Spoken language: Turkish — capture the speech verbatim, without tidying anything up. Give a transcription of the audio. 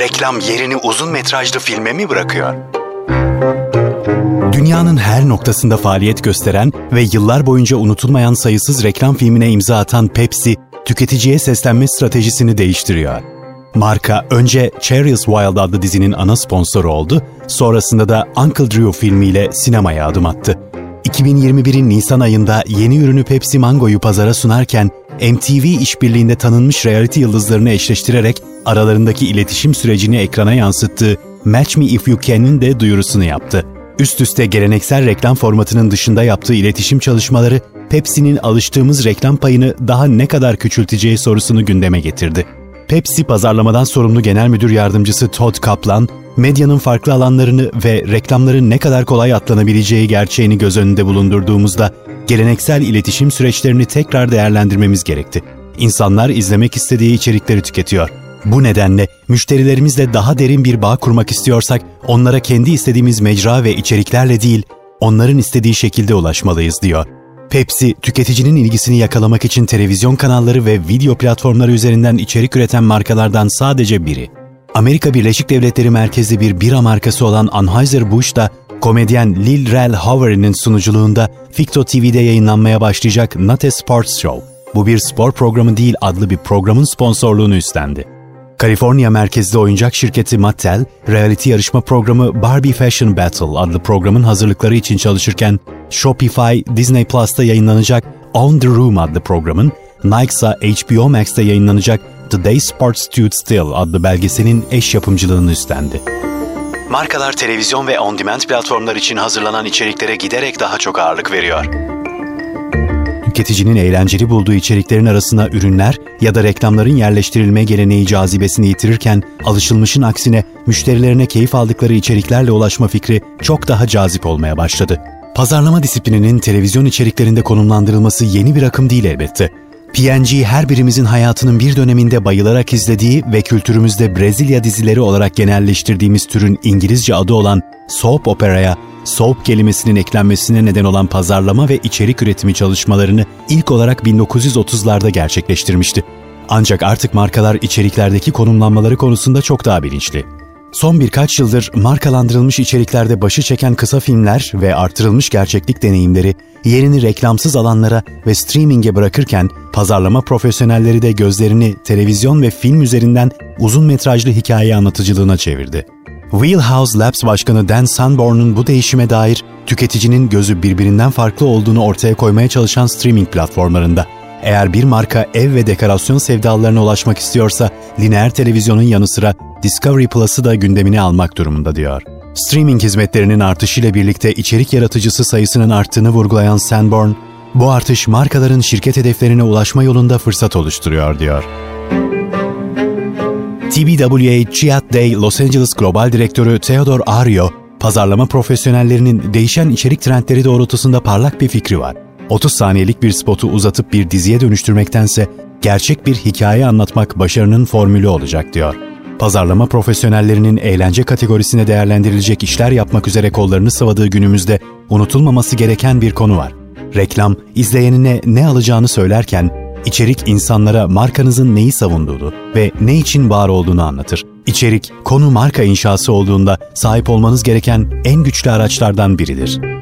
reklam yerini uzun metrajlı filme mi bırakıyor? Dünyanın her noktasında faaliyet gösteren ve yıllar boyunca unutulmayan sayısız reklam filmine imza atan Pepsi, tüketiciye seslenme stratejisini değiştiriyor. Marka önce Cheryl's Wild adlı dizinin ana sponsoru oldu, sonrasında da Uncle Drew filmiyle sinemaya adım attı. iki bin yirmi birin Nisan ayında yeni ürünü Pepsi Mango'yu pazara sunarken, M T V işbirliğinde tanınmış reality yıldızlarını eşleştirerek aralarındaki iletişim sürecini ekrana yansıttığı Match Me If You Can'in de duyurusunu yaptı. Üst üste geleneksel reklam formatının dışında yaptığı iletişim çalışmaları, Pepsi'nin alıştığımız reklam payını daha ne kadar küçülteceği sorusunu gündeme getirdi. Pepsi Pazarlamadan Sorumlu Genel Müdür Yardımcısı Todd Kaplan, medyanın farklı alanlarını ve reklamların ne kadar kolay atlanabileceği gerçeğini göz önünde bulundurduğumuzda, geleneksel iletişim süreçlerini tekrar değerlendirmemiz gerekti. İnsanlar izlemek istediği içerikleri tüketiyor. Bu nedenle müşterilerimizle daha derin bir bağ kurmak istiyorsak, onlara kendi istediğimiz mecra ve içeriklerle değil, onların istediği şekilde ulaşmalıyız, diyor. Pepsi, tüketicinin ilgisini yakalamak için televizyon kanalları ve video platformları üzerinden içerik üreten markalardan sadece biri. Amerika Birleşik Devletleri merkezli bir bira markası olan Anheuser-Busch da, komedyen Lil Rel Howery'nin sunuculuğunda Ficto T V'de yayınlanmaya başlayacak Not a Sports Show, bu bir spor programı değil adlı bir programın sponsorluğunu üstlendi. Kaliforniya merkezli oyuncak şirketi Mattel, reality yarışma programı Barbie Fashion Battle adlı programın hazırlıkları için çalışırken, Shopify, Disney Plus'ta yayınlanacak On the Room adlı programın, Nike'sa H B O Max'te yayınlanacak Today Sports Stood Still adlı belgeselin eş yapımcılığını üstlendi. Markalar televizyon ve on-demand platformlar için hazırlanan içeriklere giderek daha çok ağırlık veriyor. Tüketicinin eğlenceli bulduğu içeriklerin arasına ürünler ya da reklamların yerleştirilme geleneği cazibesini yitirirken, alışılmışın aksine müşterilerine keyif aldıkları içeriklerle ulaşma fikri çok daha cazip olmaya başladı. Pazarlama disiplininin televizyon içeriklerinde konumlandırılması yeni bir akım değil elbette. P and G her birimizin hayatının bir döneminde bayılarak izlediği ve kültürümüzde Brezilya dizileri olarak genelleştirdiğimiz türün İngilizce adı olan soap opera'ya, soap kelimesinin eklenmesine neden olan pazarlama ve içerik üretimi çalışmalarını ilk olarak bin dokuz yüz otuzlarda gerçekleştirmişti. Ancak artık markalar içeriklerdeki konumlanmaları konusunda çok daha bilinçli. Son birkaç yıldır markalandırılmış içeriklerde başı çeken kısa filmler ve artırılmış gerçeklik deneyimleri yerini reklamsız alanlara ve streaming'e bırakırken, pazarlama profesyonelleri de gözlerini televizyon ve film üzerinden uzun metrajlı hikaye anlatıcılığına çevirdi. Wheelhouse Labs Başkanı Dan Sanborn'un bu değişime dair tüketicinin gözü birbirinden farklı olduğunu ortaya koymaya çalışan streaming platformlarında. Eğer bir marka ev ve dekorasyon sevdalarına ulaşmak istiyorsa, lineer televizyonun yanı sıra Discovery Plus'ı da gündemine almak durumunda, diyor. Streaming hizmetlerinin artışıyla birlikte içerik yaratıcısı sayısının arttığını vurgulayan Sanborn, bu artış markaların şirket hedeflerine ulaşma yolunda fırsat oluşturuyor, diyor. T B W A Chiat Day Los Angeles Global Direktörü Theodore Ario, pazarlama profesyonellerinin değişen içerik trendleri doğrultusunda parlak bir fikri var. otuz saniyelik bir spotu uzatıp bir diziye dönüştürmektense gerçek bir hikaye anlatmak başarının formülü olacak, diyor. Pazarlama profesyonellerinin eğlence kategorisine değerlendirilecek işler yapmak üzere kollarını sıvadığı günümüzde unutulmaması gereken bir konu var. Reklam, izleyenine ne alacağını söylerken, içerik insanlara markanızın neyi savunduğunu ve ne için var olduğunu anlatır. İçerik, konu marka inşası olduğunda sahip olmanız gereken en güçlü araçlardan biridir.